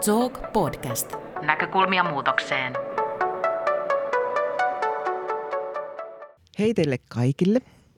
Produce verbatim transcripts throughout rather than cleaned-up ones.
Talk Podcast. Näkökulmia muutokseen. Hei teille kaikille.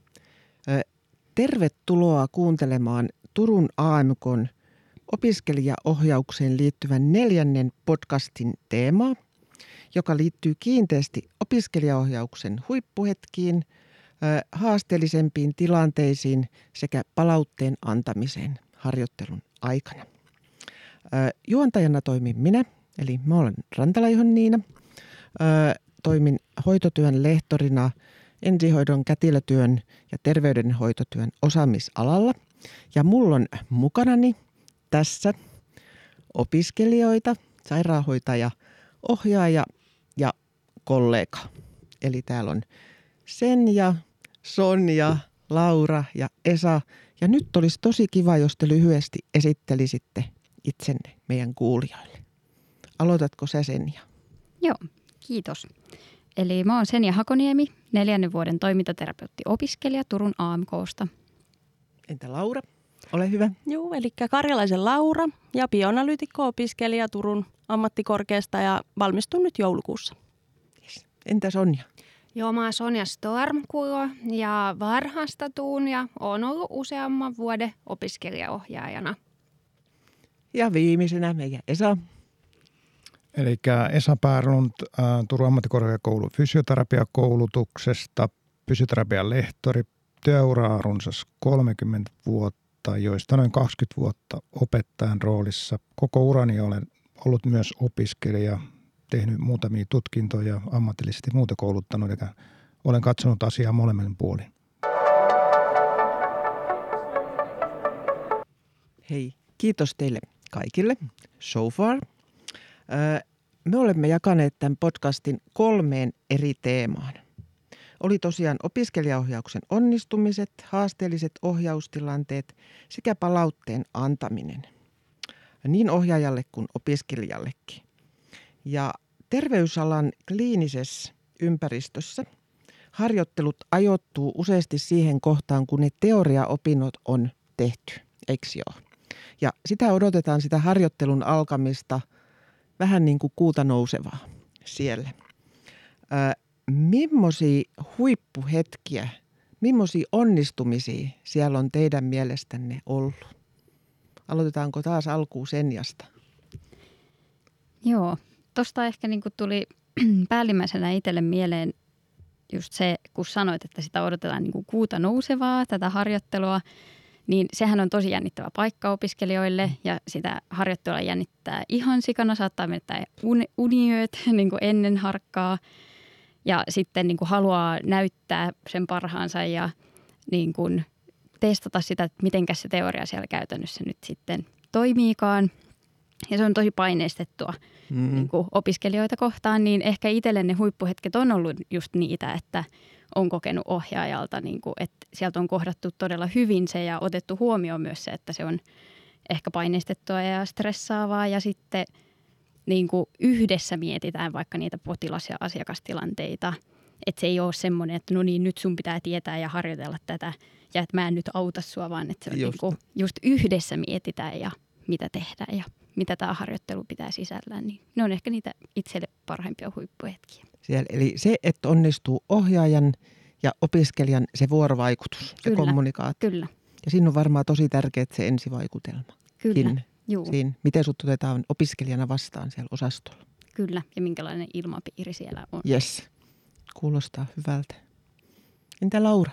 Tervetuloa kuuntelemaan Turun A M K:n opiskelijaohjaukseen liittyvän neljännen podcastin teemaa, joka liittyy kiinteästi opiskelijaohjauksen huippuhetkiin, haasteellisempiin tilanteisiin sekä palautteen antamiseen harjoittelun aikana. Juontajana toimin minä, eli mä olen Rantala-Ihon Niina. Toimin hoitotyön lehtorina ensihoidon, kätilötyön ja terveydenhoitotyön osaamisalalla. Ja mulla on mukanani tässä opiskelijoita, sairaanhoitaja, ohjaaja ja kollega. Eli täällä on Senja, Sonja, Laura ja Esa. Ja nyt olisi tosi kiva, jos te lyhyesti esittelisitte itsenne meidän kuulijoille. Aloitatko sä, Senja? Joo, kiitos. Eli mä oon Senja Hakoniemi, neljännen vuoden toimintaterapeutti-opiskelija Turun A M K:sta. Entä Laura? Ole hyvä. Joo, eli Karjalaisen Laura ja bioanalyytikko-opiskelija Turun ammattikorkeasta ja valmistun nyt joulukuussa. Yes. Entä Sonja? Joo, mä oon Sonja Stormkulo ja Varhasta tuun ja oon ollut useamman vuoden opiskelijaohjaajana. Ja viimeisenä meidän Esa. Eli Esa Päärlund äh, Turun ammattikorkeakoulun fysioterapiakoulutuksesta, fysioterapian lehtori, työuraa runsas kolmekymmentä vuotta, joista noin kaksikymmentä vuotta opettajan roolissa. Koko urani olen ollut myös opiskelija, tehnyt muutamia tutkintoja, ammatillisesti muuta kouluttanut, eli olen katsonut asiaa molemmin puolin. Hei, kiitos teille kaikille so far. Me olemme jakaneet tämän podcastin kolmeen eri teemaan. Oli tosiaan opiskelijaohjauksen onnistumiset, haasteelliset ohjaustilanteet sekä palautteen antaminen. Niin ohjaajalle kuin opiskelijallekin. Ja terveysalan kliinisessä ympäristössä harjoittelut ajoittuu useasti siihen kohtaan, kun ne teoriaopinnot on tehty, eikö joo? Ja sitä odotetaan sitä harjoittelun alkamista vähän niin kuin kuuta nousevaa siellä. Ää, Mimmoisia huippuhetkiä, mimmoisia onnistumisia siellä on teidän mielestänne ollut? Aloitetaanko taas alkuun Senjasta? Joo, tuosta ehkä niin kuin tuli päällimmäisenä itselle mieleen just se, kun sanoit, että sitä odotetaan niin kuin kuuta nousevaa, tätä harjoittelua, niin sehän on tosi jännittävä paikka opiskelijoille ja sitä harjoittelua jännittää ihan sikana, saattaa menettää uniyöt niin kuin ennen harkkaa. Ja sitten niin kuin haluaa näyttää sen parhaansa ja niin kuin testata sitä, että mitenkäs se teoria siellä käytännössä nyt sitten toimiikaan. Ja se on tosi paineistettua mm-hmm. niin kuin opiskelijoita kohtaan, niin ehkä itselle ne huippuhetket on ollut just niitä, että on kokenut ohjaajalta, niin kuin, että sieltä on kohdattu todella hyvin se ja otettu huomioon myös se, että se on ehkä paineistettua ja stressaavaa ja sitten niin kuin yhdessä mietitään vaikka niitä potilas- ja asiakastilanteita, että se ei ole semmoinen, että no niin, nyt sun pitää tietää ja harjoitella tätä ja että mä en nyt auta sua, vaan että se on just, niin kuin, just yhdessä mietitään ja mitä tehdään ja mitä tämä harjoittelu pitää sisällään, niin ne on ehkä niitä itselle parhaimpia huippuhetkiä. Siellä, eli se, että onnistuu ohjaajan ja opiskelijan se vuorovaikutus, kyllä, se kommunikaatio. Kyllä. Ja siinä on varmaan tosi tärkeää se ensivaikutelma. Kyllä, juu. Siinä, miten sut otetaan opiskelijana vastaan siellä osastolla. Kyllä, ja minkälainen ilmapiiri siellä on. Yes, kuulostaa hyvältä. Entä Laura?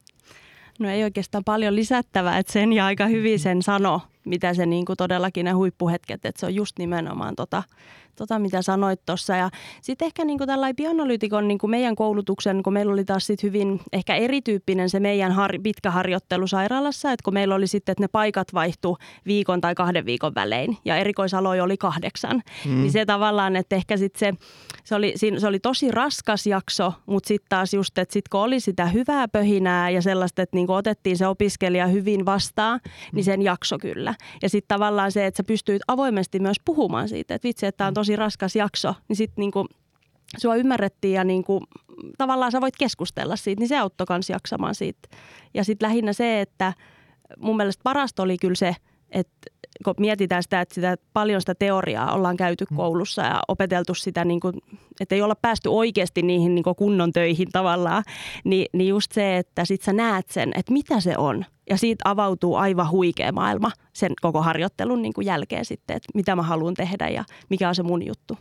No ei oikeastaan paljon lisättävää, että sen ja aika hyvin sen sano, mitä se niin kuin todellakin ne huippuhetket, että se on just nimenomaan tota, tota mitä sanoit tuossa. Ja sitten ehkä niin kuin tällainen bioanalyytikon niin kuin meidän koulutuksen, kun meillä oli taas sit hyvin ehkä erityyppinen se meidän har, pitkä harjoittelu sairaalassa, että kun meillä oli sitten, että ne paikat vaihtui viikon tai kahden viikon välein ja erikoisaloja oli kahdeksan, mm. niin se tavallaan, että ehkä sitten se, se, oli, se oli tosi raskas jakso, mutta sitten taas just, että sitten kun oli sitä hyvää pöhinää ja sellaista, että niin kuin otettiin se opiskelija hyvin vastaan, mm. niin sen jakso kyllä. Ja sitten tavallaan se, että sä pystyit avoimesti myös puhumaan siitä, että vitsi, että tämä on tosi raskas jakso, niin sitten niinku sua ymmärrettiin ja niinku, tavallaan sä voit keskustella siitä, niin se auttoi kans jaksamaan siitä. Ja sitten lähinnä se, että mun mielestä parasta oli kyllä se, että kun mietitään sitä, että sitä, paljon sitä teoriaa ollaan käyty koulussa ja opeteltu sitä, niin kuin, että ei olla päästy oikeasti niihin niin kuin kunnon töihin tavallaan, niin, niin just se, että sit sä näet sen, että mitä se on. Ja siitä avautuu aivan huikea maailma sen koko harjoittelun niin kuin jälkeen sitten, että mitä mä haluan tehdä ja mikä on se mun juttu.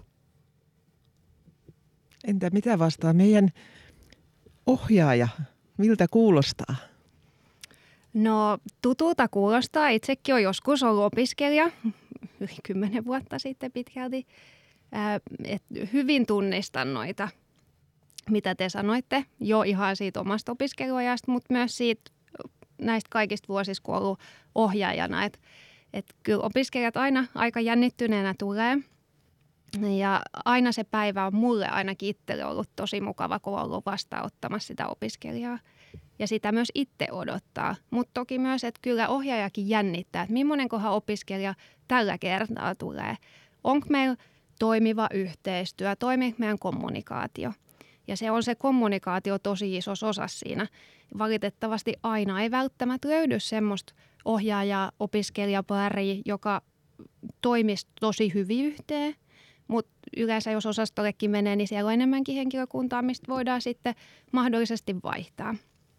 Entä mitä vastaa meidän ohjaaja? Miltä kuulostaa? No tutulta kuulostaa. Itsekin olen joskus ollut opiskelija, yli kymmenen vuotta sitten pitkälti. Ää, et hyvin tunnistan noita, mitä te sanoitte, jo ihan siitä omasta opiskeluajasta, mutta myös siitä näistä kaikista vuosista, kun olen ollut ohjaajana. Että et kyllä opiskelijat aina aika jännittyneenä tulee. Ja aina se päivä on mulle ainakin itselle ollut tosi mukava, kun olen ollut vastaanottamassa sitä opiskelijaa. Ja sitä myös itse odottaa. Mutta toki myös, että kyllä ohjaajakin jännittää, että millainenkohan opiskelija tällä kertaa tulee. Onko meillä toimiva yhteistyö, toimiiko meidän kommunikaatio? Ja se on se kommunikaatio tosi isossa osassa siinä. Valitettavasti aina ei välttämättä löydy semmoista ohjaajaa, opiskelijaparia, joka toimisi tosi hyvin yhteen. Mutta yleensä jos osastollekin menee, niin siellä on enemmänkin henkilökuntaa, mistä voidaan sitten mahdollisesti vaihtaa.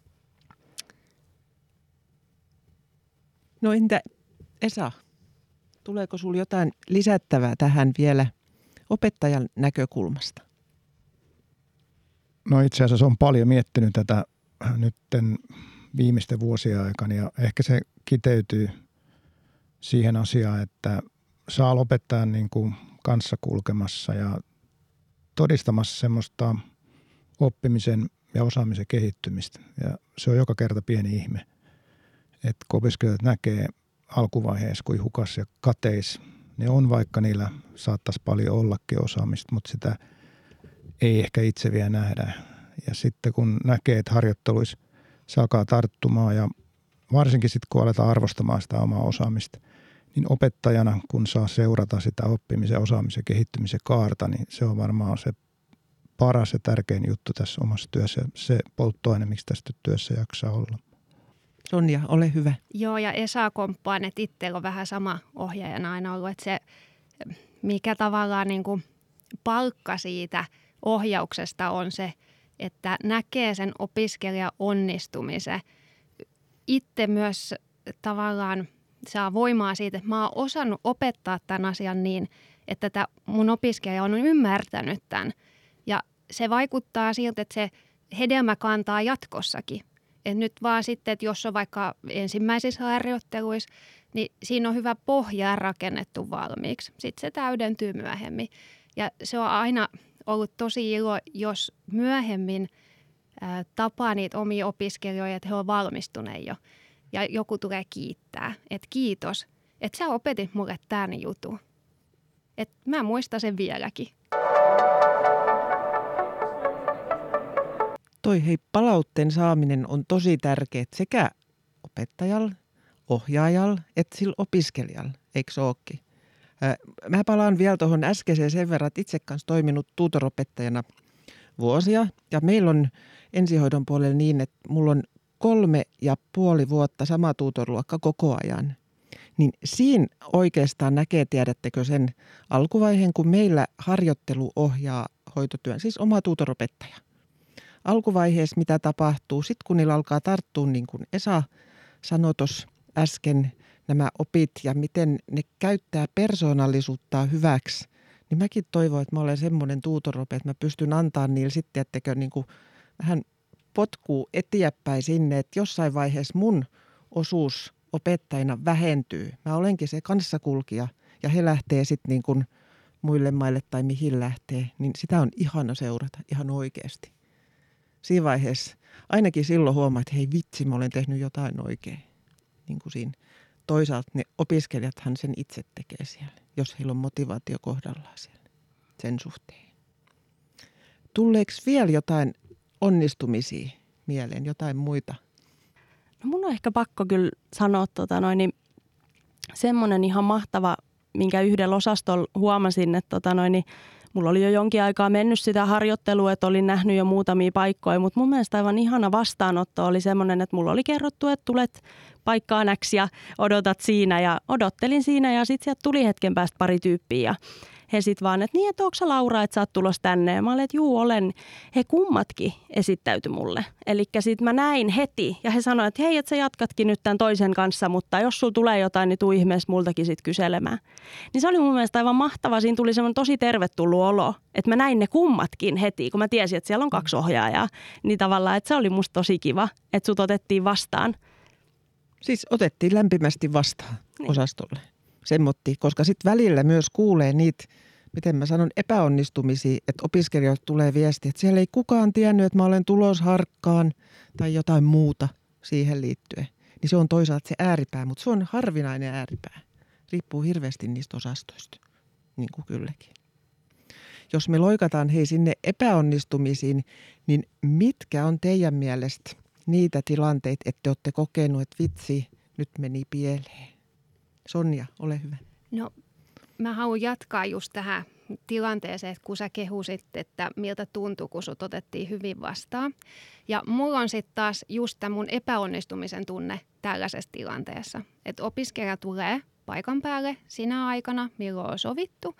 No entä Esa, tuleeko sinulla jotain lisättävää tähän vielä opettajan näkökulmasta? No itse asiassa on paljon miettinyt tätä nytten viimeisten vuosien aikana ja ehkä se kiteytyy siihen asiaan, että saa opettaa niin kuin kanssa kulkemassa ja todistamassa semmoista oppimisen ja osaamisen kehittymistä. Ja se on joka kerta pieni ihme, että kun opiskelijat näkee alkuvaiheessa, kuin hukas ja kateis, ne on vaikka niillä saattaisi paljon ollakin osaamista, mutta sitä ei ehkä itse vielä nähdä. Ja sitten kun näkee, että harjoitteluissa se alkaa tarttumaan ja varsinkin sitten kun aletaan arvostamaan sitä omaa osaamista, niin opettajana kun saa seurata sitä oppimisen, osaamisen ja kehittymisen kaarta, niin se on varmaan se paras ja tärkein juttu tässä omassa työssä. Se polttoaine, miksi tästä työssä jaksaa olla. Sonja, ole hyvä. Joo, ja Esa komppaan, että itsellä on vähän sama ohjaajana aina ollut, että se mikä tavallaan niin kuin palkka siitä ohjauksesta on se, että näkee sen opiskelijan onnistumisen. Itse myös tavallaan saa voimaa siitä, että mä oon osannut opettaa tämän asian niin, että tämä mun opiskelija on ymmärtänyt tämän. Ja se vaikuttaa siltä, että se hedelmä kantaa jatkossakin. Et nyt vaan sitten, että jos on vaikka ensimmäisissä harjoitteluissa, niin siinä on hyvä pohja rakennettu valmiiksi. Sitten se täydentyy myöhemmin. Ja se on aina ollut tosi ilo, jos myöhemmin ää, tapaa niitä omia opiskelijoita, että he on valmistuneet jo. Ja joku tulee kiittää, että kiitos, että sä opetit mulle tämän jutun. Että mä muistan sen vieläkin. Toi hei, palautteen saaminen on tosi tärkeää sekä opettajalla, ohjaajalla että sillä opiskelijalla, eikö se ookin? Mä palaan vielä tuohon äskeiseen sen verran, että itse kanssa toiminut tutoropettajana vuosia. Ja meillä on ensihoidon puolella niin, että mulla on kolme ja puoli vuotta sama tutorluokka koko ajan. Niin siinä oikeastaan näkee, tiedättekö sen alkuvaiheen, kun meillä harjoittelu ohjaa hoitotyön, siis oma tutoropettaja. Alkuvaiheessa mitä tapahtuu, sitten kun niillä alkaa tarttua, niin kuin Esa sanoi tuossa äsken, nämä opit ja miten ne käyttää persoonallisuuttaan hyväksi, niin mäkin toivon, että mä olen semmoinen tuutorope, että mä pystyn antaa niille sitten, ettekö niin kuin vähän potkuu eteenpäin sinne, että jossain vaiheessa mun osuus opettajana vähentyy. Mä olenkin se kanssakulkija ja he lähtee sitten niin kuin muille maille tai mihin lähtee, niin sitä on ihana seurata ihan oikeasti. Siinä vaiheessa ainakin silloin huomaa, että hei vitsi, mä olen tehnyt jotain oikein. Niin kuin siinä. Toisaalta ne opiskelijathan sen itse tekee siellä, jos heillä on motivaatio kohdallaan siellä sen suhteen. Tuleeko vielä jotain onnistumisia mieleen, jotain muita? No mun on ehkä pakko kyllä sanoa tota noin, niin semmoinen ihan mahtava minkä yhdellä osastolla huomasin, että tota noin, niin mulla oli jo jonkin aikaa mennyt sitä harjoittelua, että olin nähnyt jo muutamia paikkoja, mutta mun mielestä aivan ihana vastaanotto oli semmoinen, että mulla oli kerrottu, että tulet paikkaan X ja odotat siinä ja odottelin siinä ja sitten sieltä tuli hetken päästä pari tyyppiä ja he sitten vaan, että niin, että onko sä Laura, että sä oot tulossa tänne? Ja mä olin, että juu, olen. He kummatkin esittäytyi mulle. Eli sitten mä näin heti ja he sanoivat, että hei, että sä jatkatkin nyt tämän toisen kanssa, mutta jos sulla tulee jotain, niin tuu ihmeessä multakin sitten kyselemään. Niin se oli mun mielestä aivan mahtavaa. Siinä tuli semmoinen tosi tervetullut olo, että mä näin ne kummatkin heti, kun mä tiesin, että siellä on kaksi ohjaajaa. Niin tavallaan, että se oli musta tosi kiva, että sut otettiin vastaan. Siis otettiin lämpimästi vastaan Niin. osastolle. Semmotti, koska sitten välillä myös kuulee niitä, miten mä sanon, epäonnistumisia, että opiskelijoilta tulee viesti, että siellä ei kukaan tiennyt, että mä olen tulos harkkaan tai jotain muuta siihen liittyen. Niin se on toisaalta se ääripää, mutta se on harvinainen ääripää. Riippuu hirveästi niistä osastoista, niin kuin kylläkin. Jos me loikataan hei sinne epäonnistumisiin, niin mitkä on teidän mielestä niitä tilanteita, että te olette kokenut, että vitsi, nyt meni pieleen? Sonja, ole hyvä. No, mä haluan jatkaa just tähän tilanteeseen, kun sä kehusit, että miltä tuntui, kun sut otettiin hyvin vastaan. Ja mulla on sitten taas just tämä mun epäonnistumisen tunne tällaisessa tilanteessa. Että opiskelija tulee paikan päälle sinä aikana, milloin on sovittu.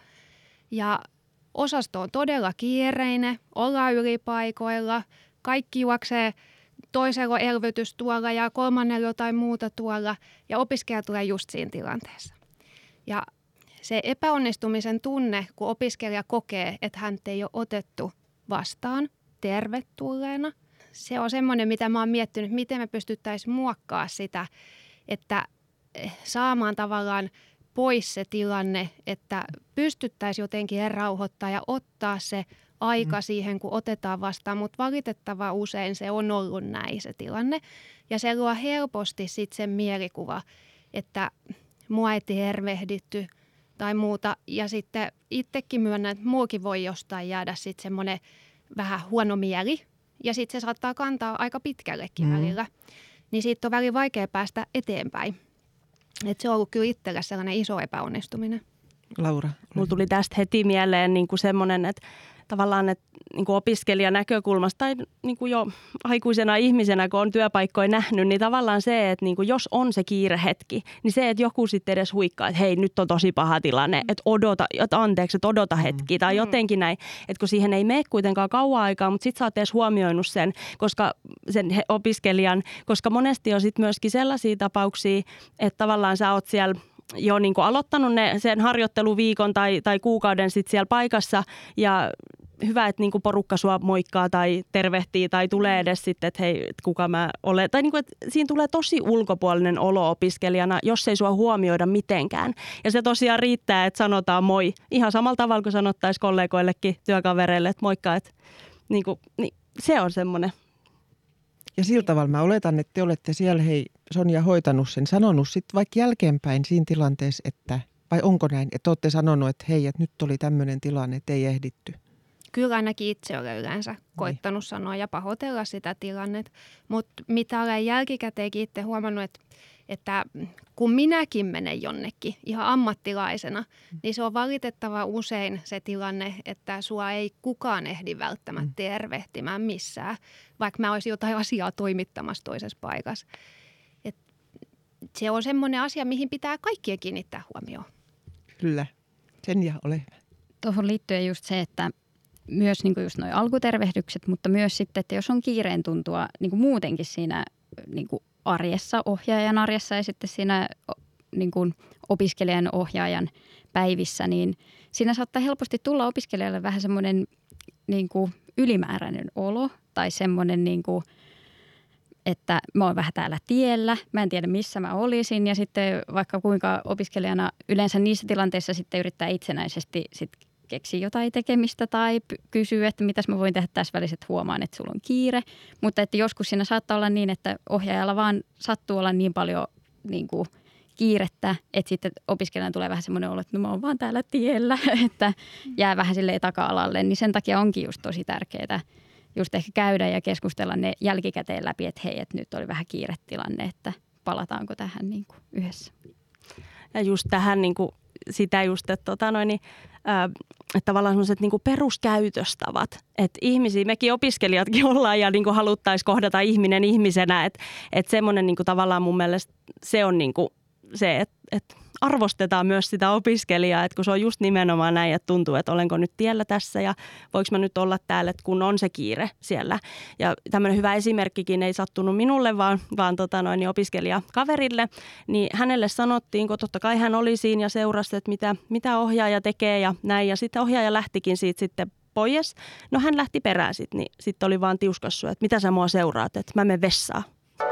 Ja osasto on todella kiireinen, ollaan ylipaikoilla, kaikki juoksee toisella elvytys tuolla ja kolmannella jotain muuta tuolla ja opiskelija tulee just siinä tilanteessa. Ja se epäonnistumisen tunne, kun opiskelija kokee, että häntä ei ole otettu vastaan tervetulleena, se on semmoinen, mitä mä oon miettinyt, miten me pystyttäisiin muokkaamaan sitä, että saamaan tavallaan pois se tilanne, että pystyttäisiin jotenkin rauhoittaa ja ottaa se aika mm. siihen, kun otetaan vastaan, mutta valitettavasti usein se on ollut näin se tilanne. Ja se luo helposti sitten sen mielikuva, että mua ei tervehditty tai muuta. Ja sitten itsekin myönnän, että muukin voi jostain jäädä sitten semmoinen vähän huono mieli. Ja sitten se saattaa kantaa aika pitkällekin mm. välillä. Niin siitä on välillä vaikea päästä eteenpäin. Että se on ollut kyllä itselle sellainen iso epäonnistuminen. Laura. Mulla tuli tästä heti mieleen niin kuin semmoinen, että tavallaan että niin kuin opiskelijan näkökulmasta tai niin kuin jo aikuisena ihmisenä, kun on työpaikkoja nähnyt, niin tavallaan se, että niin kuin jos on se kiirehetki, niin se, että joku sitten edes huikkaa, että hei, nyt on tosi paha tilanne, että odota, että anteeksi, että odota hetki tai jotenkin näin, että kun siihen ei mene kuitenkaan kauan aikaa, mutta sitten sä oot edes huomioinut sen, koska sen opiskelijan, koska monesti on sitten myöskin sellaisia tapauksia, että tavallaan sä oot siellä jo niin kuin aloittanut ne, sen harjoitteluviikon tai, tai kuukauden sitten siellä paikassa ja hyvä, että niin kuin porukka sua moikkaa tai tervehtii tai tulee edes sitten, että hei, että kuka mä olen. Tai niin kuin, että siinä tulee tosi ulkopuolinen olo opiskelijana, jos ei sua huomioida mitenkään. Ja se tosiaan riittää, että sanotaan moi. Ihan samalla tavalla kuin sanottaisiin kollegoillekin, työkavereille, että moikka. Että niin kuin, niin se on semmoinen. Ja sillä tavalla mä oletan, että te olette siellä, hei Sonja, hoitanut sen, sanonut sitten vaikka jälkeenpäin siinä tilanteessa, että, vai onko näin, että olette sanonut, että hei, että nyt oli tämmöinen tilanne, että ei ehditty. Kyllä ainakin itse olen yleensä koittanut sanoa ja pahoitella sitä tilannetta, mutta mitä olen jälkikäteenkin itse huomannut, että, että kun minäkin menen jonnekin ihan ammattilaisena, niin se on valitettava usein se tilanne, että sua ei kukaan ehdi välttämättä tervehtimään missään, vaikka mä olisin jotain asiaa toimittamassa toisessa paikassa. Et se on semmoinen asia, mihin pitää kaikkien kiinnittää huomioon. Kyllä. Sen ja ole hyvä. Tuohon liittyen just se, että myös niin kuin just nuo alkutervehdykset, mutta myös sitten, että jos on kiireen tuntua niin kuin muutenkin siinä niin kuin arjessa, ohjaajan arjessa ja sitten siinä niin kuin opiskelijan ohjaajan päivissä, niin siinä saattaa helposti tulla opiskelijalle vähän semmoinen niin kuin ylimääräinen olo tai semmoinen, niin kuin, että mä oon vähän täällä tiellä, mä en tiedä missä mä olisin ja sitten vaikka kuinka opiskelijana yleensä niissä tilanteissa sitten yrittää itsenäisesti sitten keksiä jotain tekemistä tai kysyä, että mitäs mä voin tehdä tässä välissä, että huomaan, että sulla on kiire. Mutta että joskus siinä saattaa olla niin, että ohjaajalla vaan sattuu olla niin paljon niin kuin kiirettä, että sitten opiskelijana tulee vähän semmoinen olo, että no mä oon vaan täällä tiellä, että jää vähän silleen taka-alalle. Niin sen takia onkin just tosi tärkeää just ehkä käydä ja keskustella ne jälkikäteen läpi, että hei, että nyt oli vähän kiiretilanne, että palataanko tähän niin kuin yhdessä. Ja just tähän niin kuin sitä just, että, tota noin, niin, ää, että tavallaan sellaiset niin kuin peruskäytöstavat, että ihmisiä, mekin opiskelijatkin ollaan ja niin kuin haluttaisiin kohdata ihminen ihmisenä, että, että semmoinen niin kuin tavallaan mun mielestä se on niin kuin se, että, että arvostetaan myös sitä opiskelijaa, että kun se on just nimenomaan näin, että tuntuu, että olenko nyt tiellä tässä ja voiko mä nyt olla täällä, että kun on se kiire siellä. Ja tämmöinen hyvä esimerkkikin ei sattunut minulle, vaan, vaan tota noin, niin opiskelijakaverille, niin hänelle sanottiin, kun totta kai hän oli siinä ja seurasi, että mitä, mitä ohjaaja tekee ja näin. Ja sitten ohjaaja lähtikin siitä sitten pois. No hän lähti perään sitten, niin sitten oli vaan tiuskassu, että mitä sä mua seuraat, että mä menen vessaan.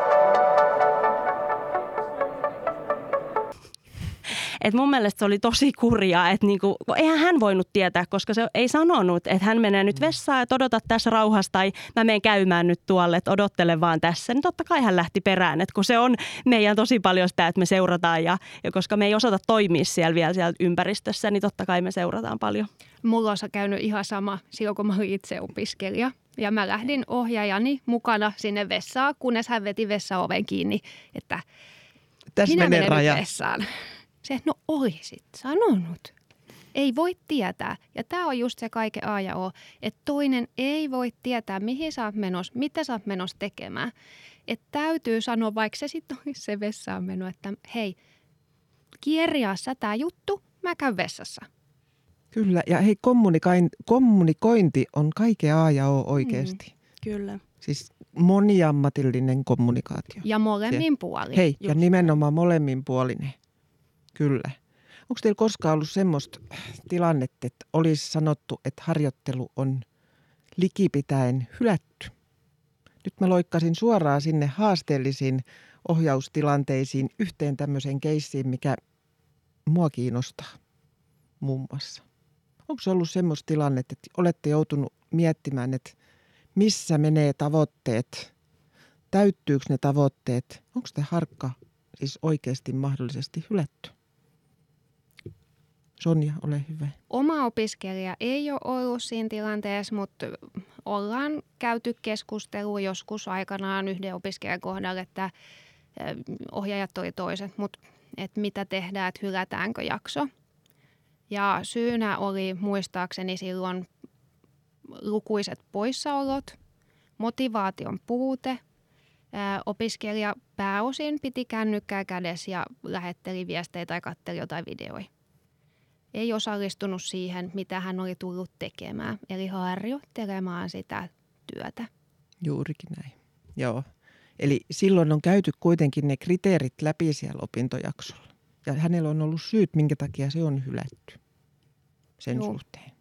Et mun mielestä se oli tosi kurjaa, että niinku, eihän hän voinut tietää, koska se ei sanonut, että hän menee nyt vessaan, että odota tässä rauhassa tai mä menen käymään nyt tuolle, että odottele vaan tässä. Niin totta kai hän lähti perään, että kun se on meidän tosi paljon sitä, että me seurataan ja, ja koska me ei osata toimia siellä vielä siellä ympäristössä, niin totta kai me seurataan paljon. Mulla on käynyt ihan sama silloin, kun mä olin itse opiskelija. Ja mä lähdin ohjaajani mukana sinne vessaan, kunnes hän veti vessaoven kiinni, että Tässä minä menee menen raja. nyt vessaan. Se, no olisit sanonut. Ei voi tietää. Ja tämä on just se kaiken A ja O, että toinen ei voi tietää, mihin sä oot menossa, mitä sä oot menossa tekemään. Että täytyy sanoa, vaikka se sitten olisi se vessaan meno, että hei, kirjaa sä tää juttu, mä käyn vessassa. Kyllä, ja hei, kommunikointi on kaiken A ja O oikeasti. Mm, kyllä. Siis moniammatillinen kommunikaatio. Ja molemmin puolin. Hei, just ja nimenomaan molemminpuolinen. Kyllä. Onko teillä koskaan ollut semmoista tilannetta, että olisi sanottu, että harjoittelu on likipitäen hylätty? Nyt mä loikkasin suoraan sinne haasteellisiin ohjaustilanteisiin yhteen tämmöiseen keissiin, mikä mua kiinnostaa muun muassa. Onko se ollut semmoista tilannetta, että olette joutunut miettimään, että missä menee tavoitteet, täyttyykö ne tavoitteet, onko te harkka siis oikeasti mahdollisesti hylätty? Sonja, ole hyvä. Oma opiskelija ei ole ollut siinä tilanteessa, mutta ollaan käyty keskustelua joskus aikanaan yhden opiskelijan kohdalla, että ohjaajat oli toiset, mutta että mitä tehdään, että hylätäänkö jakso. Ja syynä oli muistaakseni silloin lukuiset poissaolot, motivaation puute. Opiskelija pääosin piti kännykkää kädessä ja lähetteli viestejä tai katseli jotain videoita. Ei osallistunut siihen, mitä hän oli tullut tekemään, eli harjoittelemaan sitä työtä. Juurikin näin, joo. Eli silloin on käyty kuitenkin ne kriteerit läpi siellä opintojaksolla. Ja hänellä on ollut syyt, minkä takia se on hylätty sen joo. suhteen.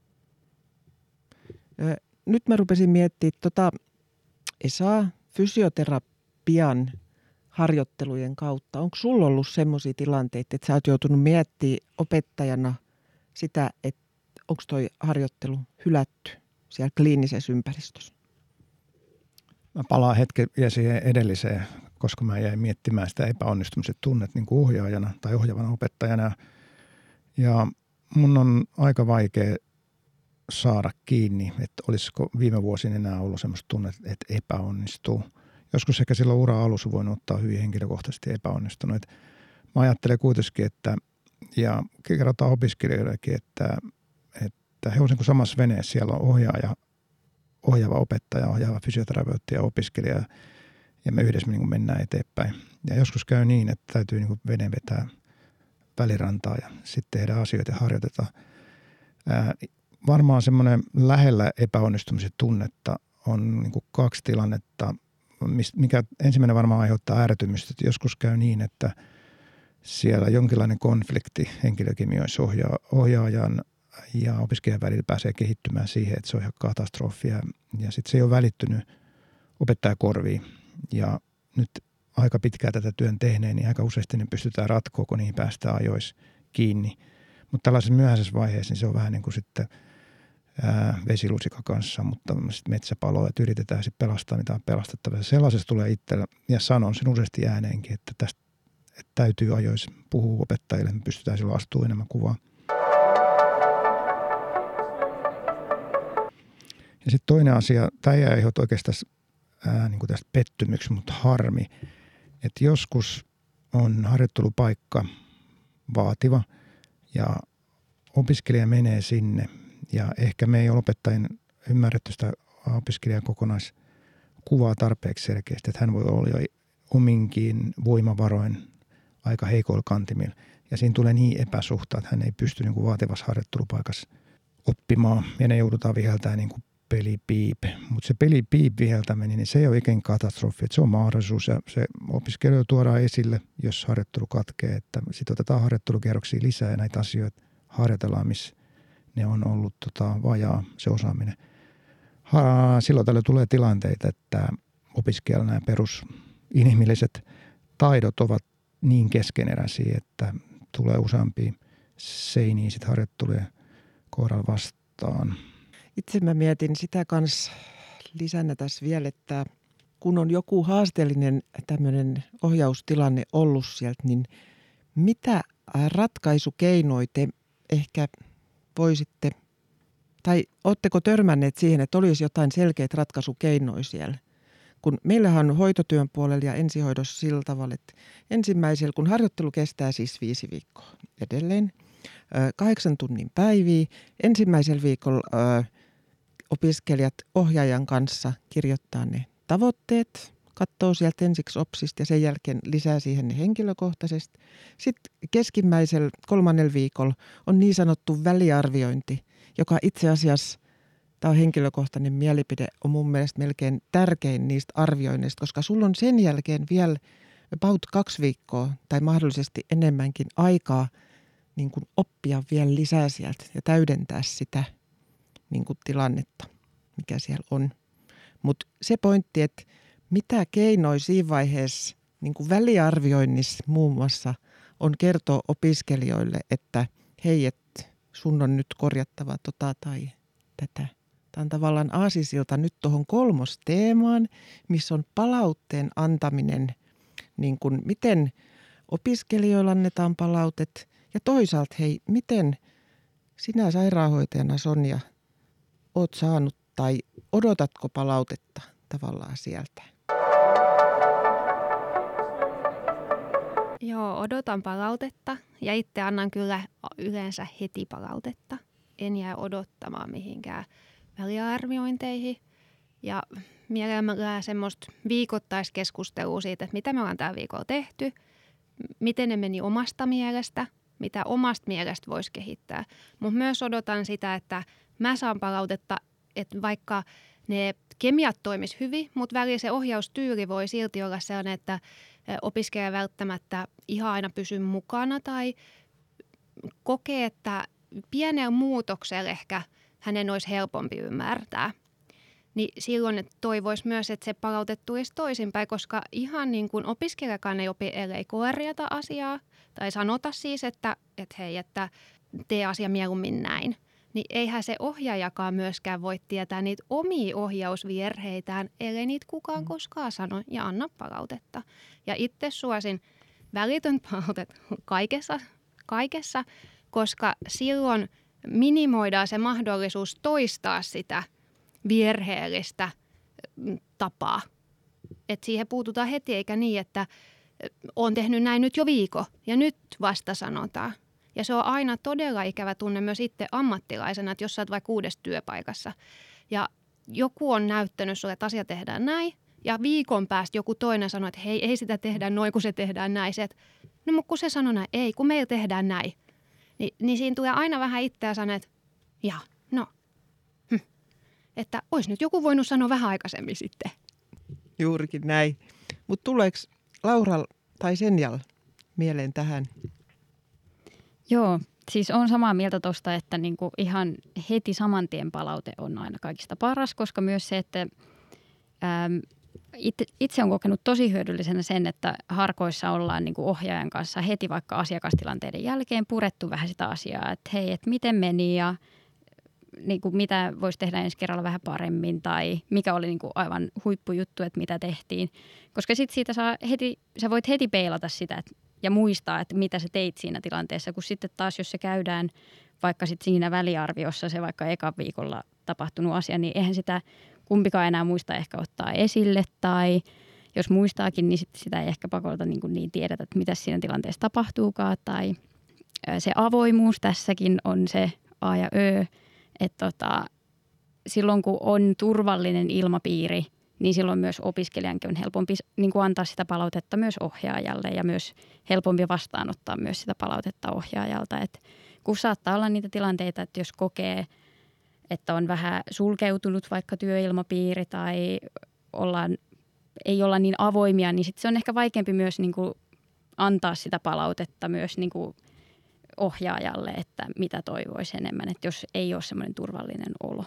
Ö, nyt mä rupesin miettimään tota Esaa fysioterapian harjoittelujen kautta. Onko sulla ollut semmoisia tilanteita, että sä oot joutunut miettimään opettajana sitä, että onko toi harjoittelu hylätty siellä kliinisessä ympäristössä? Mä palaan hetken vielä siihen edelliseen, koska mä jäin miettimään sitä epäonnistumisen tunnet niin kuin ohjaajana tai ohjaavana opettajana. Ja mun on aika vaikea saada kiinni, että olisiko viime vuosina enää ollut semmoista tunnetta, että epäonnistuu. Joskus ehkä silloin ura alussa voinut ottaa hyvin henkilökohtaisesti epäonnistunut. Et mä ajattelen kuitenkin, että ja kerrotaan opiskelijoillekin, että, että he on niin kuin samassa veneessä. Siellä on ohjaaja, ohjaava opettaja, ohjaava fysioterapeutti ja opiskelija ja me yhdessä niin kuin mennään eteenpäin. Ja joskus käy niin, että täytyy niin kuin veden vetää välirantaa ja sitten tehdä asioita ja harjoiteta. Ää, varmaan semmoinen lähellä epäonnistumisen tunnetta on niin kuin kaksi tilannetta, mikä ensimmäinen varmaan aiheuttaa ärtymystä. Että joskus käy niin, että siellä jonkinlainen konflikti henkilökemioissa ohjaa, ohjaajan ja opiskelijan välillä pääsee kehittymään siihen, että se on ihan katastrofia. Ja sitten se ei ole välittynyt opettajakorviin. Ja nyt aika pitkään tätä työn tehneen, niin aika useasti ne pystytään ratkoa, kun niihin päästään ajoissa kiinni. Mutta tällaisessa myöhäisessä vaiheessa niin se on vähän niin kuin sitten ää, vesilusika kanssa, mutta sitten metsäpaloa, että yritetään sitten pelastaa mitä on pelastettavaa. Sellaisesta tulee itsellä, ja sanon sen useasti ääneenkin, että tästä että täytyy ajoissa puhua opettajille, me pystytään silloin astumaan enemmän kuvaa. Ja sitten toinen asia, tämä ei aiheuta oikeastaan ää, niin kuin tästä pettymyksi, mutta harmi, että joskus on harjoittelupaikka vaativa Ja opiskelija menee sinne ja ehkä me ei ole opettajien ymmärretty sitä opiskelijan kokonaiskuvaa tarpeeksi selkeästi, että hän voi olla jo ominkin voimavaroin aika heikoilla kantimilla. Ja siinä tulee niin epäsuhta, että hän ei pysty niin kuin vaativassa harjoittelupaikassa oppimaan ja ne joudutaan viheltämään niin kuin pelipiip. Mutta se pelipiip viheltäminen, niin se ei ole ikään katastrofi, että se on mahdollisuus ja se opiskelija tuodaan esille, jos harjoittelu katkee. Että sitten otetaan harjoittelukierroksia lisää ja näitä asioita harjoitellaan, missä ne on ollut tota, vajaa se osaaminen. Ha, silloin tällä tulee tilanteita, että opiskelijalla nämä perusinhimilliset taidot ovat niin keskeneräisiä, että tulee useampia seiniä sit harjoittelujen kohdalla vastaan. Itse mä mietin sitä kanssa lisänä tässä vielä, että kun on joku haasteellinen tämmöinen ohjaustilanne ollut sieltä, niin mitä ratkaisukeinoja te ehkä voisitte, tai ootteko törmänneet siihen, että olisi jotain selkeitä ratkaisukeinoja siellä? Kun meillähän on hoitotyön puolella ja ensihoidossa sillä tavalla, että ensimmäisellä, kun harjoittelu kestää siis viisi viikkoa edelleen, kahdeksan tunnin päiviä, ensimmäisellä viikolla ö, opiskelijat ohjaajan kanssa kirjoittaa ne tavoitteet, katsoo sieltä ensiksi opsista ja sen jälkeen lisää siihen ne henkilökohtaisesti. Sitten keskimmäisellä kolmannella viikolla on niin sanottu väliarviointi, joka itse asiassa, tämä on henkilökohtainen mielipide, on mun mielestä melkein tärkein niistä arvioinneista, koska sulla on sen jälkeen vielä about kaksi viikkoa tai mahdollisesti enemmänkin aikaa niin kuin oppia vielä lisää sieltä ja täydentää sitä niin kuin tilannetta, mikä siellä on. Mutta se pointti, että mitä keinoja siinä vaiheessa niin kuin väliarvioinnissa muun muassa on kertoa opiskelijoille, että hei, että sun on nyt korjattava tota tai tätä. Tämä on tavallaan aasisilta nyt tuohon kolmosteemaan, missä on palautteen antaminen, niin kuin miten opiskelijoilla annetaan palautet ja toisaalta hei, miten sinä sairaanhoitajana Sonja oot saanut tai odotatko palautetta tavallaan sieltä? Joo, odotan palautetta ja itse annan kyllä yleensä heti palautetta. En jää odottamaan mihinkään väliarviointeihin. Ja mielellään semmoista viikoittaiskeskustelua siitä, että mitä me ollaan tällä viikolla tehty, miten ne meni omasta mielestä, mitä omasta mielestä voisi kehittää. Mutta myös odotan sitä, että mä saan palautetta, että vaikka ne kemiat toimis hyvin, mutta välillä se ohjaustyyli voi silti olla sellainen, että opiskelija välttämättä ihan aina pysy mukana tai kokee, että pienellä muutoksella ehkä hänen olisi helpompi ymmärtää. Niin silloin toivoisi myös, että se palaute tulisi toisinpäin, koska ihan niin kuin opiskelijakaan ei opi, ellei korjata asiaa tai sanota siis, että, että hei, että tee asia mieluummin näin. Niin eihän se ohjaajakaan myöskään voi tietää niitä omia ohjausvirheitään, ellei niitä kukaan koskaan sano ja anna palautetta. Ja itse suosin välitön palautetta kaikessa, kaikessa, koska silloin minimoidaan se mahdollisuus toistaa sitä virheellistä tapaa. Että siihen puututaan heti, eikä niin, että on tehnyt näin nyt jo viikko ja nyt vasta sanotaan. Ja se on aina todella ikävä tunne myös itse ammattilaisena, että jos sä oot vaikka uudessa työpaikassa ja joku on näyttänyt sulle, että asia tehdään näin ja viikon päästä joku toinen sanoo, että hei, ei sitä tehdä noin, kun se tehdään näin. Se, että, no mutta kun se sanoo näin, ei, kun meillä tehdään näin. Ni, niin siinä tulee aina vähän itseä sanoa, että jaa, no, hm, että olisi nyt joku voinut sanoa vähän aikaisemmin sitten. Juurikin näin. Mutta tuleeko Laura tai Senjal mieleen tähän? Joo, siis on samaa mieltä tuosta, että niinku ihan heti saman tien palaute on aina kaikista paras, koska myös se, että äm, itse, itse on kokenut tosi hyödyllisenä sen, että harkoissa ollaan niinku ohjaajan kanssa heti vaikka asiakastilanteiden jälkeen purettu vähän sitä asiaa, että hei, että miten meni ja niinku mitä voisi tehdä ensi kerralla vähän paremmin tai mikä oli niinku aivan huippujuttu, että mitä tehtiin. Koska sitten siitä saa heti, sä voit heti peilata sitä, että ja muistaa, että mitä sä teit siinä tilanteessa, kun sitten taas, jos se käydään vaikka sit siinä väliarviossa se vaikka eka viikolla tapahtunut asia, niin eihän sitä kumpikaan enää muista ehkä ottaa esille tai jos muistaakin, niin sit sitä ei ehkä pakolta niin, niin tiedetä, että mitä siinä tilanteessa tapahtuukaan tai se avoimuus tässäkin on se A ja Ö, että tota, silloin kun on turvallinen ilmapiiri, niin silloin myös opiskelijankin on helpompi niin kuin antaa sitä palautetta myös ohjaajalle ja myös helpompi vastaanottaa myös sitä palautetta ohjaajalta. Et kun saattaa olla niitä tilanteita, että jos kokee, että on vähän sulkeutunut vaikka työilmapiiri tai ollaan, ei olla niin avoimia, niin sit se on ehkä vaikeampi myös niin kuin antaa sitä palautetta myös niin kuin ohjaajalle, että mitä toivoisi enemmän, että jos ei ole semmoinen turvallinen olo.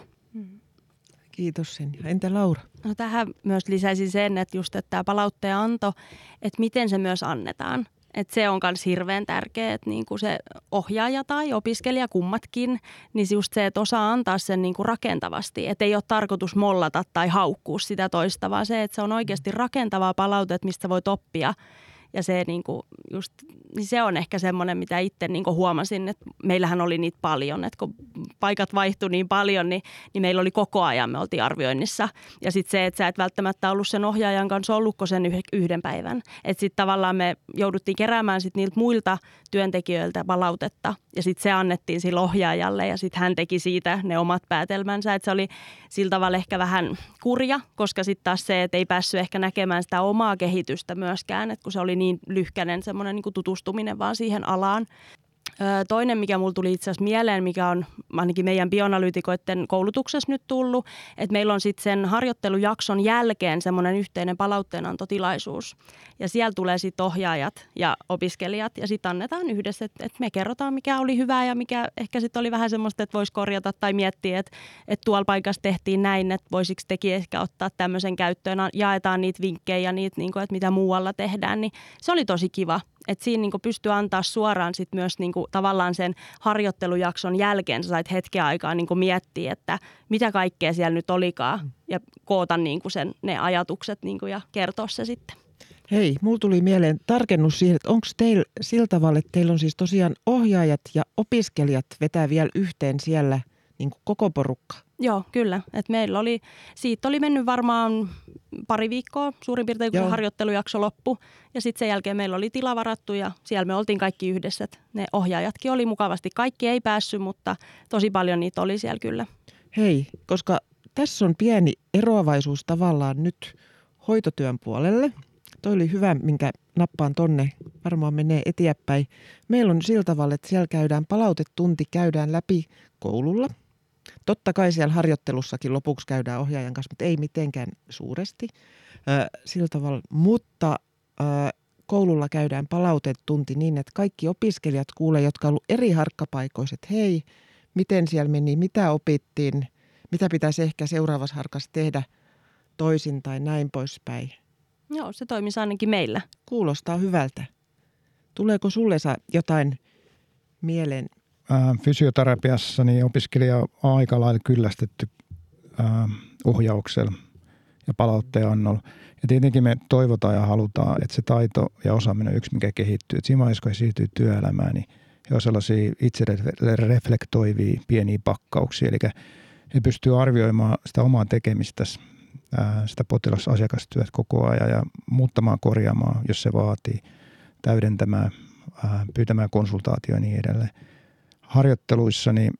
Kiitos Senja. Entä Laura? No tähän myös lisäisin sen, että just että tämä palautteen anto, että miten se myös annetaan. Että se on myös hirveän tärkeää, että niinku se ohjaaja tai opiskelija kummatkin, niin just se, että osaa antaa sen niinku rakentavasti. Että ei ole tarkoitus mollata tai haukkua sitä toista, vaan se, että se on oikeasti rakentavaa palautetta, mistä voit oppia. Ja se, niinku just, niin se on ehkä semmoinen, mitä itse niinku huomasin, että meillähän oli niitä paljon. Että kun paikat vaihtui niin paljon, niin, niin meillä oli koko ajan, me oltiin arvioinnissa. Ja sitten se, että sä et välttämättä ollut sen ohjaajan kanssa ollutko sen yhden päivän. Että sitten tavallaan me jouduttiin keräämään sit niiltä muilta työntekijöiltä palautetta. Ja sitten se annettiin sille ohjaajalle ja sitten hän teki siitä ne omat päätelmänsä. Että se oli sillä tavalla ehkä vähän kurja, koska sitten taas se, että ei päässyt ehkä näkemään sitä omaa kehitystä myöskään. Että kun se oli niin lyhkäinen semmoinen niin kuin tutustuminen vaan siihen alaan. Toinen, mikä mulla tuli itse asiassa mieleen, mikä on ainakin meidän bioanalyytikoiden koulutuksessa nyt tullut, että meillä on sitten sen harjoittelujakson jälkeen semmoinen yhteinen palautteenantotilaisuus. Ja siellä tulee sitten ohjaajat ja opiskelijat ja sitten annetaan yhdessä, että, että me kerrotaan, mikä oli hyvää ja mikä ehkä sitten oli vähän semmoista, että voisi korjata tai miettiä, että, että tuolla paikassa tehtiin näin, että voisiko teki ehkä ottaa tämmöisen käyttöön. Jaetaan niitä vinkkejä, niitä, niin kuin, että mitä muualla tehdään, niin se oli tosi kiva. Että siinä niin pystyy antaa suoraan sit myös niin tavallaan sen harjoittelujakson jälkeen, sä sait hetken aikaa niin miettiä, että mitä kaikkea siellä nyt olikaan ja koota niin sen, ne ajatukset niin ja kertoa se sitten. Hei, mulla tuli mieleen tarkennus siihen, että onko teillä sillä tavalla, että teillä on siis tosiaan ohjaajat ja opiskelijat vetää vielä yhteen siellä niin koko porukka? Joo, kyllä. Et meillä oli, siitä oli mennyt varmaan pari viikkoa suurin piirtein, kun Joo. harjoittelujakso loppui. Ja sitten sen jälkeen meillä oli tila varattu ja siellä me oltiin kaikki yhdessä. Et ne ohjaajatkin oli mukavasti. Kaikki ei päässyt, mutta tosi paljon niitä oli siellä kyllä. Hei, koska tässä on pieni eroavaisuus tavallaan nyt hoitotyön puolelle. Toi oli hyvä, minkä nappaan tonne. Varmaan menee eteenpäin. Meillä on sillä tavalla, että siellä käydään palautetunti, käydään läpi koululla. Totta kai siellä harjoittelussakin lopuksi käydään ohjaajan kanssa, mutta ei mitenkään suuresti äh, sillä tavalla. Mutta äh, koululla käydään palautetunti niin, että kaikki opiskelijat kuulee, jotka on ollut eri harkkapaikoissa, että hei, miten siellä meni, mitä opittiin, mitä pitäisi ehkä seuraavassa harkassa tehdä toisin tai näin poispäin. Joo, se toimisi ainakin meillä. Kuulostaa hyvältä. Tuleeko sulle jotain mieleen? Fysioterapiassa niin opiskelija on aika lailla kyllästetty ää, ohjauksella ja palautteenannolla. Ja tietenkin me toivotaan ja halutaan, että se taito ja osaaminen on yksi, mikä kehittyy. Et siinä vaiheessa, kun he siirtyy työelämään, niin he on sellaisia itse reflektoivia pieniä pakkauksia. Eli he pystyvät arvioimaan sitä omaa tekemistä, ää, sitä potilas-asiakastyötä koko ajan ja muuttamaan, korjaamaan, jos se vaatii, täydentämään, ää, pyytämään konsultaatioa ja niin edelleen. Harjoitteluissa, niin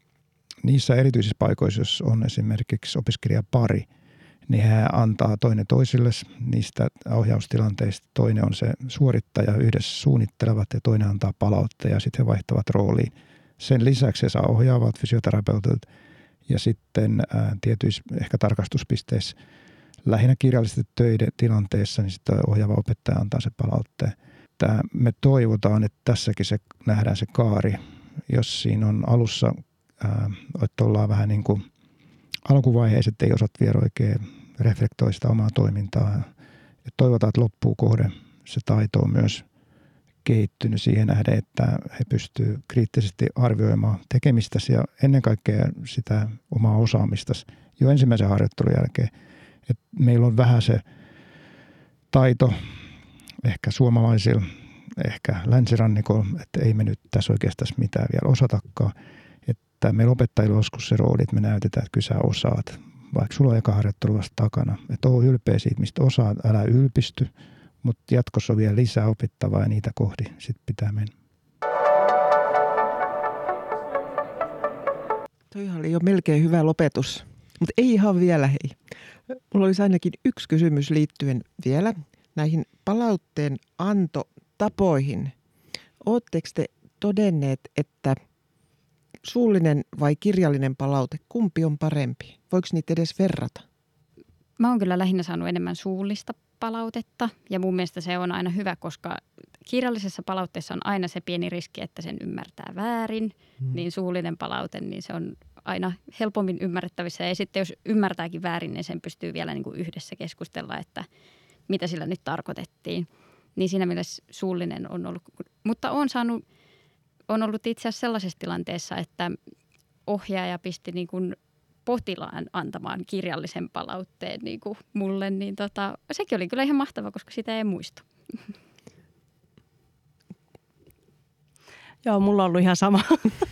niissä erityisissä paikoissa, jos on esimerkiksi opiskelijapari, niin he antaa toinen toisille niistä ohjaustilanteista. Toinen on se suorittaja, yhdessä suunnittelevat ja toinen antaa palautteja ja sitten he vaihtavat rooliin. Sen lisäksi he saa ohjaavat fysioterapeutit ja sitten ää, tietyissä ehkä tarkastuspisteissä lähinnä kirjallisesti töiden tilanteessa, niin sitten ohjaava opettaja antaa se palautteen. Tää, me toivotaan, että tässäkin se nähdään se kaari. Jos siinä on alussa, ää, että ollaan vähän niin kuin alkuvaiheessa, että ei osat vielä oikein reflektoi sitä omaa toimintaa. Ja toivotaan, että loppuu kohde se taito on myös kehittynyt siihen nähden, että he pystyvät kriittisesti arvioimaan tekemistäsi ja ennen kaikkea sitä omaa osaamistasi jo ensimmäisen harjoittelun jälkeen. Että meillä on vähän se taito ehkä suomalaisilla, ehkä länsirannikolla, että ei me nyt tässä oikeastaan mitään vielä osatakaan. Että meillä opettajilla on joskus se rooli, että me näytetään, että kyllä sä osaat, vaikka sulla on eka harjoittelu vasta takana. Että ole ylpeä siitä, mistä osaat, älä ylpisty, mutta jatkossa on vielä lisää opittavaa ja niitä kohdi sitten pitää mennä. Toi oli jo melkein hyvä lopetus, mutta ei ihan vielä hei. Mulla olisi ainakin yksi kysymys liittyen vielä näihin palautteen antotapoihin. Oletteko te todenneet, että suullinen vai kirjallinen palaute, kumpi on parempi? Voiko niitä edes verrata? Mä oon kyllä lähinnä saanut enemmän suullista palautetta ja mun mielestä se on aina hyvä, koska kirjallisessa palautteessa on aina se pieni riski, että sen ymmärtää väärin. Hmm. Niin suullinen palaute, niin se on aina helpommin ymmärrettävissä ja sitten jos ymmärtääkin väärin, niin sen pystyy vielä niin kuin yhdessä keskustella, että mitä sillä nyt tarkoitettiin. Niin siinä mielessä suullinen on ollut, mutta on saanut, on ollut itse asiassa sellaisessa tilanteessa, että ohjaaja pisti niin kuin potilaan antamaan kirjallisen palautteen niin kuin mulle, niin tota, sekin oli kyllä ihan mahtava, koska sitä ei muista. Joo, mulla on ollut ihan sama.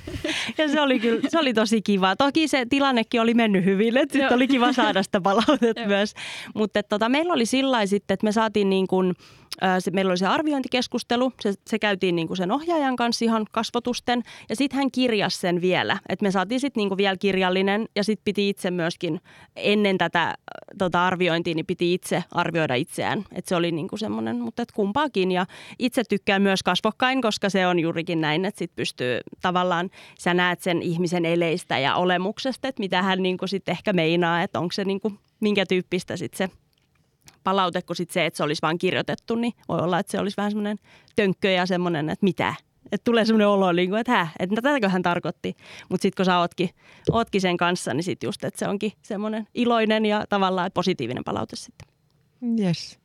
Ja se oli kyllä, se oli tosi kiva. Toki se tilannekin oli mennyt hyvin, että sitten oli kiva saada sitä palautetta myös. Mutta tota, meillä oli sillä sitten, että me saatiin niin kuin, äh, se, meillä oli se arviointikeskustelu, se, se käytiin niin kuin sen ohjaajan kanssa ihan kasvotusten. Ja sitten hän kirjasi sen vielä, että me saatiin sitten niin kuin vielä kirjallinen ja sitten piti itse myöskin ennen tätä tota arviointia, niin piti itse arvioida itseään. Että se oli niin kuin semmoinen, mutta et kumpaakin. Ja itse tykkään myös kasvokkain, koska se on juurikin näin, että sitten pystyy tavallaan, sä näet sen ihmisen eleistä ja olemuksesta, että mitä hän niin kuin sitten ehkä meinaa, että onko se niin kuin, minkä tyyppistä sitten se palaute, kun sitten se, että se olisi vaan kirjoitettu, niin voi olla, että se olisi vähän semmoinen tönkkö ja semmoinen, että mitä. Että tulee semmoinen olo, niin kuin, että hä, että tätäkö hän tarkoitti. Mutta sitten kun sä ootkin, ootkin sen kanssa, niin sitten just, että se onkin semmoinen iloinen ja tavallaan positiivinen palaute sitten. Jes.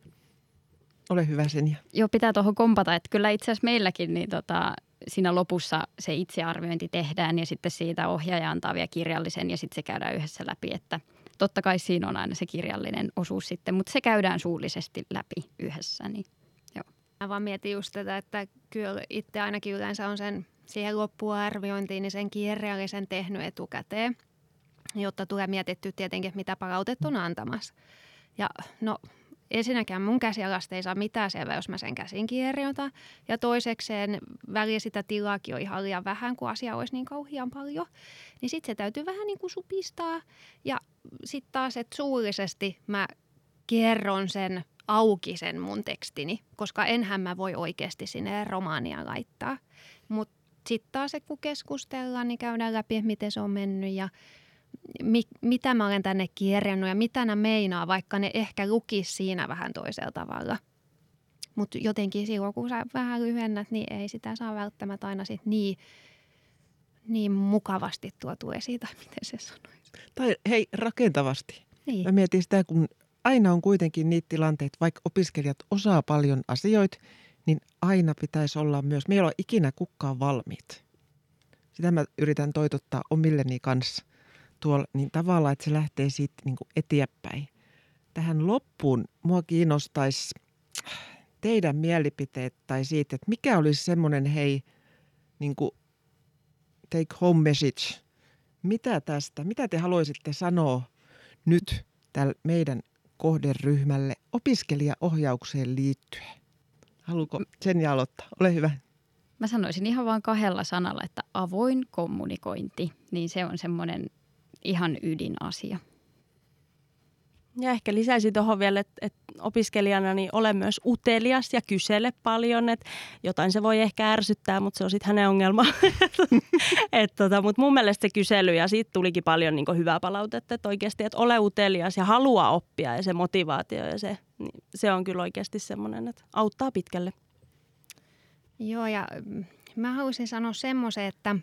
Ole hyvä, Senja. Joo, pitää tuohon kompata, että kyllä itse asiassa meilläkin niin tota, siinä lopussa se itsearviointi tehdään ja sitten siitä ohjaaja antaa vielä kirjallisen ja sitten se käydään yhdessä läpi, että totta kai siinä on aina se kirjallinen osuus sitten, mutta se käydään suullisesti läpi yhdessä. Niin, joo. Mä vaan mietin just tätä, että kyllä itse ainakin yleensä on sen siihen loppuarviointiin niin sen kirjallisen tehnyt etukäteen, jotta tulee mietitty tietenkin, että mitä palautetta on antamassa. Ja no ensinnäkään mun käsialasta ei saa mitään selvää, jos mä sen käsin kirjoitan. Ja toisekseen väliä sitä tilaakin on ihan liian vähän, kun asia olisi niin kauhean paljon. Niin sitten se täytyy vähän niin kuin supistaa. Ja sitten taas, että suullisesti mä kerron sen auki sen mun tekstini, koska enhän mä voi oikeasti sinne romaania laittaa. Mutta sitten taas, että kun keskustellaan, niin käydään läpi, että miten se on mennyt ja Mi- mitä mä olen tänne kirjannut ja mitä ne meinaa, vaikka ne ehkä lukisi siinä vähän toisella tavalla. Mutta jotenkin silloin, kun sä vähän lyhennät, niin ei sitä saa välttämättä aina sit niin, niin mukavasti tuotua esiin, tai miten se sanoisi. Tai hei, rakentavasti. Niin. Mä mietin sitä, kun aina on kuitenkin niitä tilanteita, vaikka opiskelijat osaa paljon asioita, niin aina pitäisi olla myös, me ei ole ikinä kukaan valmiit. Sitä mä yritän toitottaa omilleni kanssa. Tuolla, niin tavallaan, että se lähtee siitä niin kuin eteenpäin. Tähän loppuun mua kiinnostaisi teidän mielipiteet tai siitä, että mikä olisi semmoinen hei, niin kuin take home message. Mitä tästä, mitä te haluaisitte sanoa nyt tälle meidän kohderyhmälle opiskelijaohjaukseen liittyen? Haluatko Senja aloittaa? Ole hyvä. Mä sanoisin ihan vaan kahdella sanalla, että avoin kommunikointi, niin se on semmoinen ihan ydinasia. Ja ehkä lisäisin tuohon vielä, että, että opiskelijana niin ole myös utelias ja kysele paljon. Että jotain se voi ehkä ärsyttää, mutta se on sitten hänen ongelma. tota, mutta mun mielestä se kysely ja siitä tulikin paljon niin kuin hyvää palautetta. Että oikeasti, että ole utelias ja halua oppia ja se motivaatio ja se, niin se on kyllä oikeasti semmoinen, että auttaa pitkälle. Joo, ja mä haluaisin sanoa semmoisen, että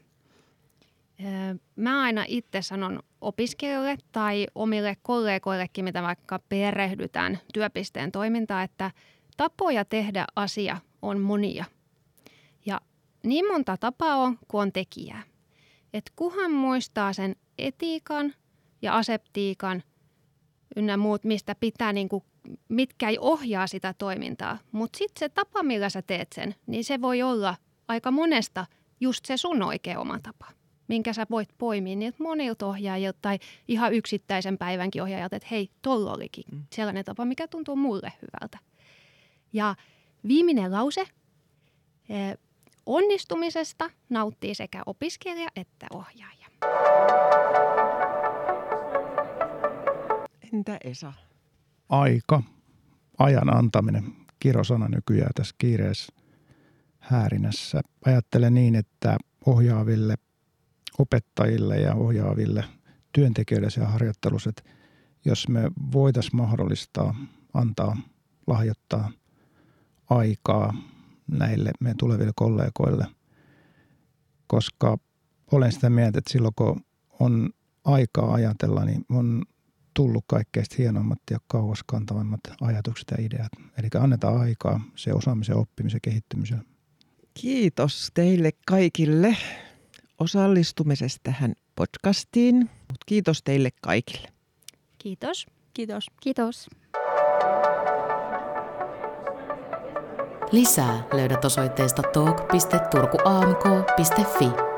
mä aina itse sanon opiskelijoille tai omille kollegoillekin, mitä vaikka perehdytään työpisteen toimintaa, että tapoja tehdä asia on monia. Ja niin monta tapaa on, kuin on tekijää. Et kunhan muistaa sen etiikan ja aseptiikan ynnä muut, mistä pitää, niin kuin, mitkä ei ohjaa sitä toimintaa. Mutta sitten se tapa, millä sä teet sen, niin se voi olla aika monesta just se sun oikea oma tapa, minkä sä voit poimia niiltä monilta ohjaajilta tai ihan yksittäisen päivänkin ohjaajilta, että hei, tuolla olikin sellainen tapa, mikä tuntuu mulle hyvältä. Ja viimeinen lause, onnistumisesta nauttii sekä opiskelija että ohjaaja. Entä Esa? Aika, ajan antaminen, kirosana nykyään tässä kiireessä häärinässä. Ajattelen niin, että ohjaaville opettajille ja ohjaaville työntekijöille se harjoittelus, että jos me voitaisiin mahdollistaa, antaa, lahjoittaa aikaa näille meidän tuleville kollegoille, koska olen sitä mieltä, että silloin kun on aikaa ajatella, niin on tullut kaikkein hienoimmat ja kauaskantavimmat ajatukset ja ideat. Eli annetaan aikaa se osaamisen, oppimisen, kehittymisen. Kiitos teille kaikille osallistumisesta tähän podcastiin. Mut kiitos teille kaikille. Kiitos. Kiitos. Kiitos. Lisää löydät osoitteesta talk piste turku a m k piste f i.